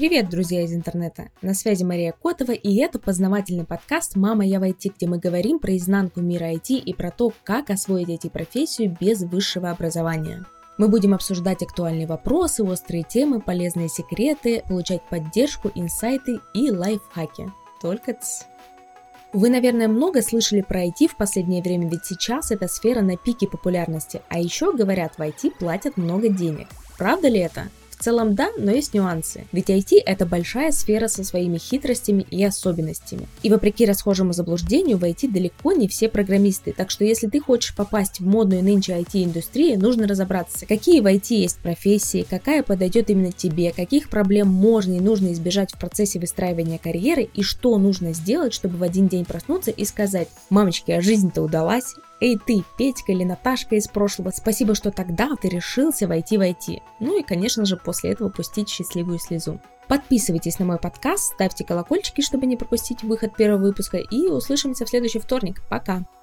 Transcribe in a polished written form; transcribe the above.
Привет, друзья из интернета! На связи Мария Котова, и это познавательный подкаст «Мама, я в IT», где мы говорим про изнанку мира IT и про то, как освоить IT-профессию без высшего образования. Мы будем обсуждать актуальные вопросы, острые темы, полезные секреты, получать поддержку, инсайты и лайфхаки. Только Вы, наверное, много слышали про IT в последнее время, ведь сейчас эта сфера на пике популярности, а еще, говорят, в IT платят много денег. Правда ли это? В целом да, но есть нюансы, ведь IT – это большая сфера со своими хитростями и особенностями. И вопреки расхожему заблуждению, в IT далеко не все программисты, так что если ты хочешь попасть в модную нынче IT-индустрию, нужно разобраться, какие в IT есть профессии, какая подойдет именно тебе, каких проблем можно и нужно избежать в процессе выстраивания карьеры и что нужно сделать, чтобы в один день проснуться и сказать: «Мамочки, а жизнь-то удалась». Эй ты, Петька или Наташка из прошлого, спасибо, что тогда ты решился войти в IT. Ну и, конечно же, после этого пустить счастливую слезу. Подписывайтесь на мой подкаст, ставьте колокольчики, чтобы не пропустить выход первого выпуска, и услышимся в следующий вторник. Пока!